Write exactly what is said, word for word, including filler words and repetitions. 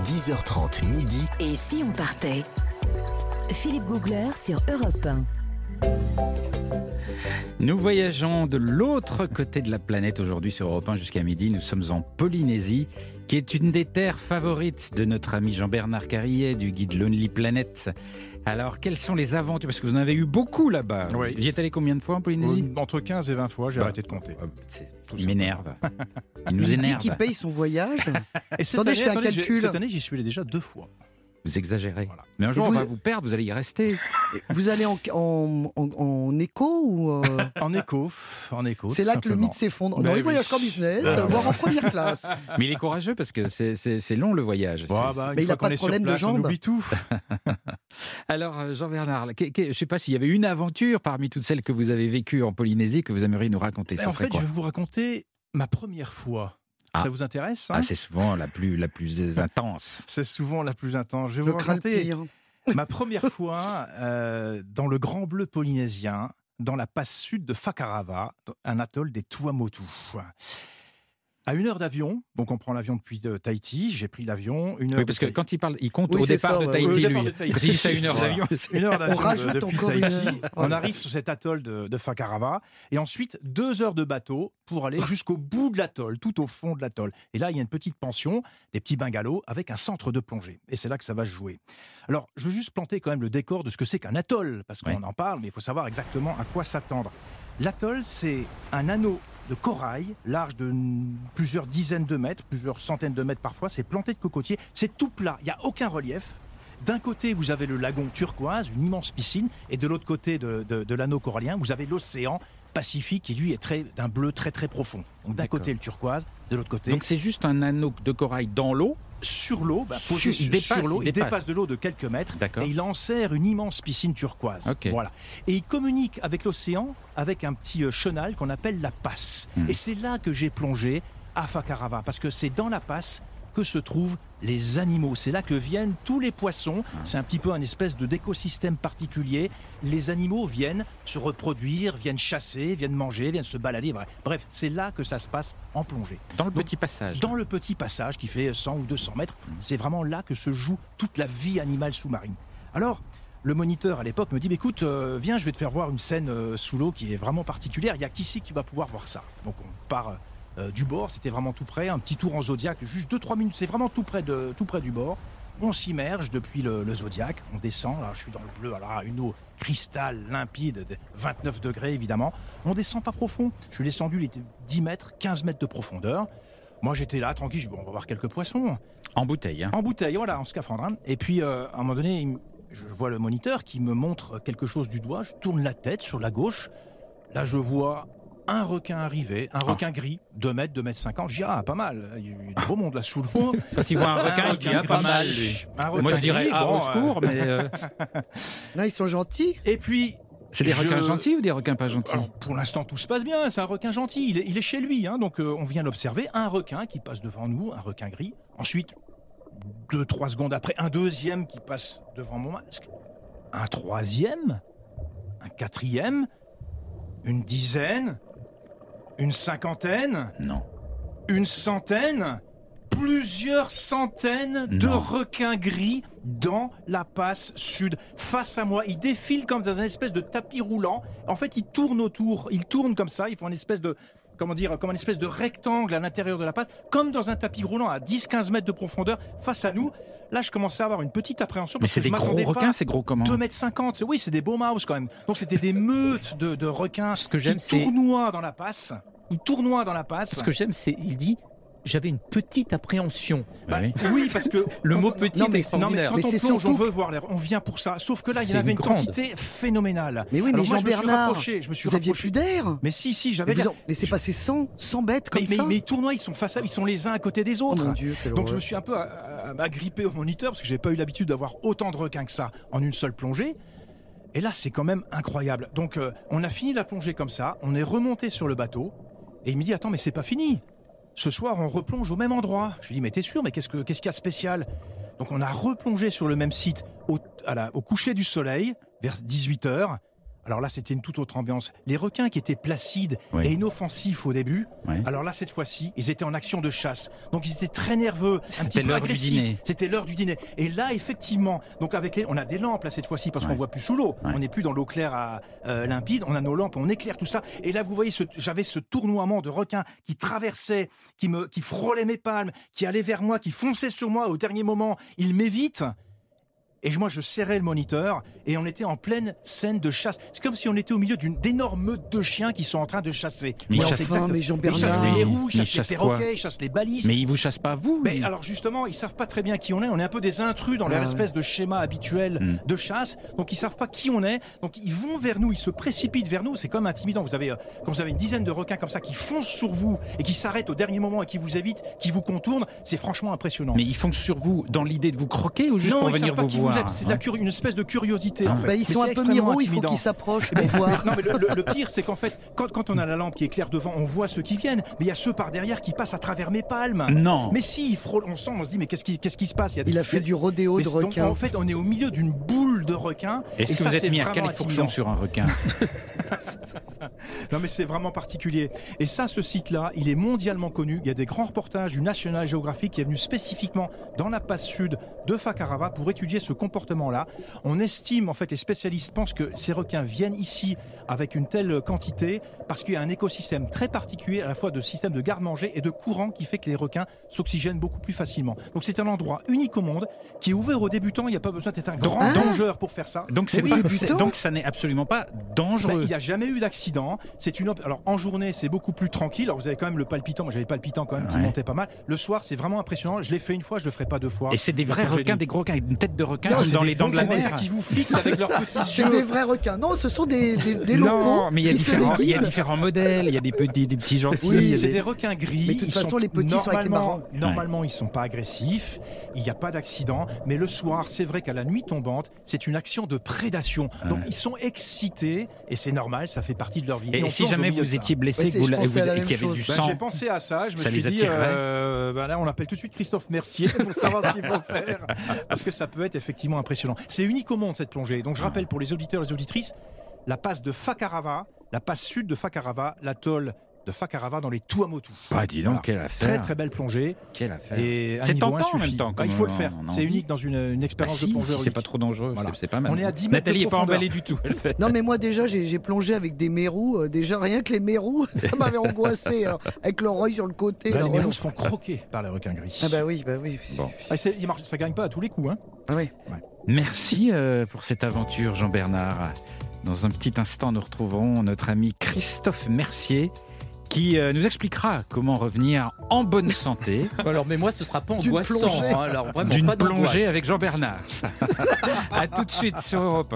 dix heures trente midi. Et si on partait ? Philippe Googler sur Europe un. Nous voyageons de l'autre côté de la planète aujourd'hui sur Europe un jusqu'à midi. Nous sommes en Polynésie, qui est une des terres favorites de notre ami Jean-Bernard Carillet du guide Lonely Planet. Alors, quelles sont les aventures ? Parce que vous en avez eu beaucoup là-bas. Oui. J'y êtes allé combien de fois en Polynésie ? euh, Entre quinze et vingt fois, j'ai bah, arrêté de compter. euh, Il m'énerve. Il nous Il dit énerve. qu'il paye son voyage. Et cette Attendez, année, je fais un attendez, j'ai- calcul. cette année, j'y suis allé déjà deux fois. Vous exagérez. Voilà. Mais un jour, Et on vous- va vous perdre, vous allez y rester. Vous allez en, en, en, en écho ou euh, En écho, en écho. c'est tout là que le simplement. mythe s'effondre. Ben Non, il oui. voyage qu'en business, Ben voire oui. en première classe. Mais il est courageux parce que c'est, c'est, c'est long le voyage. Bon, C'est- bah, une Mais il fois a pas qu'on de est sur problème de place, on jambes. oublie tout. Alors, euh, Jean-Bernard, que- que- je ne sais pas s'il y avait une aventure parmi toutes celles que vous avez vécues en Polynésie que vous aimeriez nous raconter. Mais Ce en serait fait, quoi ? je vais vous raconter ma première fois. Ah. Ça vous intéresse hein Ah, c'est souvent la plus, la plus intense. C'est souvent la plus intense. Je vais Je vous crains le raconter pire. ma première fois euh, dans le Grand Bleu polynésien, dans la passe sud de Whakarava, un atoll des Tuamotu. À une heure d'avion, donc on prend l'avion depuis de Tahiti, j'ai pris l'avion, une heure Oui, parce que de quand il parle, il compte Oui, au c'est départ ça, de ouais. Tahiti, Au départ lui. de Tahiti. Quand il dit ça une heure Voilà. d'avion, Une heure d'avion On rajoute de- depuis encore une Tahiti. heure. On arrive sur cet atoll de, de Whakarava et ensuite deux heures de bateau pour aller jusqu'au bout de l'atoll, tout au fond de l'atoll. Et là, il y a une petite pension, des petits bungalows avec un centre de plongée. Et c'est là que ça va se jouer. Alors, je veux juste planter quand même le décor de ce que c'est qu'un atoll, parce qu'on Ouais. en parle, mais il faut savoir exactement à quoi s'attendre. L'atoll, c'est un anneau de corail, large de n- plusieurs dizaines de mètres, plusieurs centaines de mètres parfois, c'est planté de cocotiers, c'est tout plat, il n'y a aucun relief. D'un côté, vous avez le lagon turquoise, une immense piscine, et de l'autre côté de, de- de l'anneau corallien, vous avez l'océan Pacifique, qui lui est très, d'un bleu très très profond. Donc d'un D'accord. côté le turquoise, de l'autre côté donc c'est juste un anneau de corail dans l'eau. sur l'eau, bah, posé Sur- il sur, dépasse, sur l'eau, il il dépasse. dépasse de l'eau de quelques mètres, D'accord. et il enserre une immense piscine turquoise. Ok. Voilà. Et il communique avec l'océan avec un petit euh, chenal qu'on appelle la passe. Hmm. Et c'est là que j'ai plongé à Whakarava, parce que c'est dans la passe que se trouvent les animaux. C'est là que viennent tous les poissons. C'est un petit peu un espèce de d'écosystème particulier. Les animaux viennent se reproduire, viennent chasser, viennent manger, viennent se balader. Bref, Bref, c'est là que ça se passe en plongée. Dans le Donc, petit passage. Dans le petit passage qui fait cent ou deux cents mètres, c'est vraiment là que se joue toute la vie animale sous-marine. Alors, le moniteur à l'époque me dit, bah, écoute, euh, viens, je vais te faire voir une scène euh, sous l'eau qui est vraiment particulière. Il y a qu'ici que tu vas pouvoir voir ça. Donc on part euh, du bord, c'était vraiment tout près, un petit tour en Zodiac, juste deux trois minutes, c'est vraiment tout près, de, tout près du bord. On s'immerge depuis le, le Zodiac, on descend, là je suis dans le bleu, alors là, une eau cristal, limpide, de vingt-neuf degrés évidemment. On descend pas profond, je suis descendu, il était dix mètres, quinze mètres de profondeur. Moi j'étais là, tranquille, je dis, bon, on va voir quelques poissons. En bouteille. Hein. En bouteille, voilà, en scaphandre. hein. Et puis, euh, à un moment donné, il me- je vois le moniteur qui me montre quelque chose du doigt. Je tourne la tête sur la gauche. Là, je vois un requin arriver, un requin gris, deux mètres, deux mètres cinquante. Je dis, ah, pas mal. Il y a du beau monde là sous l'eau. Quand il voit un requin, il dit ah, pas gris. mal. Lui. Un Moi, requin je dirais gris, ah, bon, au secours, mais euh, Là, ils sont gentils. Et puis. c'est des je- requins gentils ou des requins pas gentils ? Alors, pour l'instant, tout se passe bien. C'est un requin gentil. Il est, il est chez lui. hein. Donc, euh, on vient l'observer. Un requin qui passe devant nous, un requin gris. Ensuite, deux, trois secondes après, un deuxième qui passe devant mon masque. Un troisième. Un quatrième. Une dizaine. Une cinquantaine. Non. Une centaine. Plusieurs centaines de Non. requins gris dans la passe sud. Face à moi, ils défilent comme dans un espèce de tapis roulant. En fait, ils tournent autour. Ils tournent comme ça. Ils font une espèce de, comment dire, comme une espèce de rectangle à l'intérieur de la passe, comme dans un tapis roulant à dix à quinze mètres de profondeur face à nous. Là, je commençais à avoir une petite appréhension. Mais parce c'est que je des gros m'attendais pas. requins, c'est gros comment ? deux mètres cinquante, oui, c'est des beaux mouse quand même. Donc c'était des meutes de, de requins Ce que j'aime, qui c'est- tournoient dans la passe. Ils tournoient dans la passe. Ce que j'aime, c'est il dit j'avais une petite appréhension. Bah, Oui. oui, parce que Le quand mot on- petit non, est mais- extraordinaire. Non, mais quand Mais on c'est plonge, on surtout- veut voir l'air, on vient pour ça. Sauf que là, il y C'est en avait une une grande. quantité phénoménale. Mais oui, mais Alors moi, je me suis Jean-Bernard, rapproché, je me suis vous aviez rapproché. plus d'air. Mais si, si, j'avais Mais vous l'air. en laissez passer cent, cent bêtes comme Mais, mais, ça. mais ils tournoient, ils sont face à, ils sont les uns à côté des Oh autres. mon Dieu, quelle Donc je horreur. me suis un peu euh, euh, agrippé au moniteur parce que j'ai pas eu l'habitude d'avoir autant de requins que ça en une seule plongée. Et là, c'est quand même incroyable. Donc euh, on a fini la plongée comme ça, on est remonté sur le bateau et il me dit attends mais c'est pas fini. Ce soir, on replonge au même endroit. Je lui dis, mais t'es sûr, mais qu'est-ce, que, qu'est-ce qu'il y a de spécial ? Donc, on a replongé sur le même site au, à la- au coucher du soleil, vers dix-huit heures. Alors là, c'était une toute autre ambiance. Les requins qui étaient placides Oui. et inoffensifs au début, Oui. alors là, cette fois-ci, ils étaient en action de chasse. Donc, ils étaient très nerveux, un C'était petit peu l'heure du agressifs. dîner. C'était l'heure du dîner. Et là, effectivement, donc avec les, on a des lampes là cette fois-ci parce Ouais. qu'on voit plus sous l'eau. Ouais. On n'est plus dans l'eau claire à, euh, limpide. On a nos lampes, on éclaire tout ça. Et là, vous voyez, ce, j'avais ce tournoiement de requins qui traversait, qui me, qui frôlait mes palmes, qui allait vers moi, qui fonçait sur moi. Au dernier moment, il m'évite. Et moi, je serrais le moniteur et on était en pleine scène de chasse. C'est comme si on était au milieu d'une d'énormes meutes de chiens qui sont en train de chasser. Mais ils Voilà, chassent c'est enfin, exact- mais Ils Jean-Bernard. chassent les hérous, Mais ils ils chassent les chassent quoi perroquets, ils chassent les balistes. Mais ils vous chassent pas, vous Mais alors justement, ils savent pas très bien qui on est. On est un peu des intrus dans Ah leur ouais. espèce de schéma habituel Mm. de chasse. Donc ils savent pas qui on est. Donc ils vont vers nous, ils se précipitent vers nous. C'est comme intimidant. Vous avez euh, quand vous avez une dizaine de requins comme ça qui foncent sur vous et qui s'arrêtent au dernier moment et qui vous évitent, qui vous contournent. C'est franchement impressionnant. Mais ils foncent sur vous dans l'idée de vous croquer ou juste non, pour ils venir savent pas vous qui voir vous êtes. C'est de la Ouais. curi- une espèce de curiosité Ah. en fait. Bah, ils Mais sont c'est un peu extrêmement miro, il faut intimidant. qu'ils s'approchent pour voir. Non, mais le, le- le pire, c'est qu'en fait, quand, quand on a la lampe qui éclaire devant, on voit ceux qui viennent, mais il y a ceux par derrière qui passent à travers mes palmes. Non. Mais si, il frôle, on sent, on se dit, mais qu'est-ce qui, qu'est-ce qui se passe? Il, y a des- Il a fait du rodéo mais de c'est- donc, requins. en fait, on est au milieu d'une boule de requins. Est-ce et que ça, vous êtes c'est mis à vraiment califourchon intimidant. sur un requin Non, mais c'est vraiment particulier. Et ça, ce site-là, il est mondialement connu. Il y a des grands reportages du National Geographic qui est venu spécifiquement dans la passe sud de Fakarava pour étudier ce comportement-là. On estime, en fait, les spécialistes pensent que ces requins viennent ici avec une telle quantité parce qu'il y a un écosystème très particulier, à la fois de système de garde-manger et de courant qui fait que les requins s'oxygènent beaucoup plus facilement. Donc c'est un endroit unique au monde qui est ouvert aux débutants. Il n'y a pas besoin d'être un grand Ah. danger pour faire ça. Donc, c'est Oui, pas- débutant. c'est- donc ça n'est absolument pas Ben, dangereux. il n'y a jamais eu d'accident. C'est une op- alors en journée c'est beaucoup plus tranquille. Alors vous avez quand même le palpitant. Moi j'avais le palpitant quand même qui Ouais. montait pas mal. Le soir c'est vraiment impressionnant. Je l'ai fait une fois, je le ferai pas deux fois. Et c'est des vrais Quand j'ai requins, dit- des gros requins, avec une tête de requin Non, comme c'est dans des- les dents de la c'est des mer. requins qui vous fixent avec leurs petits C'est yeux. des vrais requins. Non, ce sont des, des, des locaux. Non, mais il y a qui se différents, il y a déguisent. différents modèles. Il y a des petits, des petits gentils. Oui, il y a C'est des- des requins gris. Mais de toute Ils façon, sont les petits sont avec les normalement, marrons. normalement, ils sont pas agressifs. Il n'y a pas d'accident. Mais le soir, c'est vrai qu'à la nuit tombante, c'est une action de prédation. Donc Ouais. ils sont excités et c'est normal. Ça fait partie de leur vie. Et on si plonge au jamais milieu de vous ça. étiez blessé Ouais, que c'est- vous je la- et pensais à vous- la et même qu'il y avait chose. du Ben, sang, j'ai pensé à ça, je me Ça suis les dit, attirerait. euh, ben là on appelle tout de suite Christophe Mercier pour savoir ce qu'il faut faire, parce que ça peut être effectivement impressionnant. C'est unique au monde cette plongée, donc je rappelle pour les auditeurs et les auditrices, la passe de Fakarava, la passe sud de Fakarava, l'atoll de Fakarava dans les Tuamotu. Bah, dis donc, Voilà. quelle affaire. Très très belle plongée, Quelle affaire. et un C'est niveau tentant en insuffit. même temps. Bah, il comme faut le on- faire, on a c'est envie. unique dans une, une Bah expérience si, de plongeur si c'est unique. pas trop dangereux, Voilà. c'est- c'est pas mal. On est à dix mètres de Nathalie est pas profondeur. emballée du tout. Elle fait. Non, mais moi déjà, j'ai j'ai plongé avec des mérous. Euh, déjà, rien que les mérous, ça m'avait angoissé. Alors, avec leur œil sur le côté. Là, leur les mérous œil- se font croquer par les requins gris. Ah bah oui, bah oui. Bon. Ah, c'est- il marche- ça gagne pas à tous les coups, hein. Ah oui. Merci euh, pour cette aventure, Jean-Bernard. Dans un petit instant, nous retrouverons notre ami Christophe Mercier qui euh, nous expliquera comment revenir en bonne santé Alors, mais moi, ce sera pas D'une angoissant. plongée. hein, alors, vraiment, d'une pas d'angoisse. plongée avec Jean-Bernard. À tout de suite sur Europe un.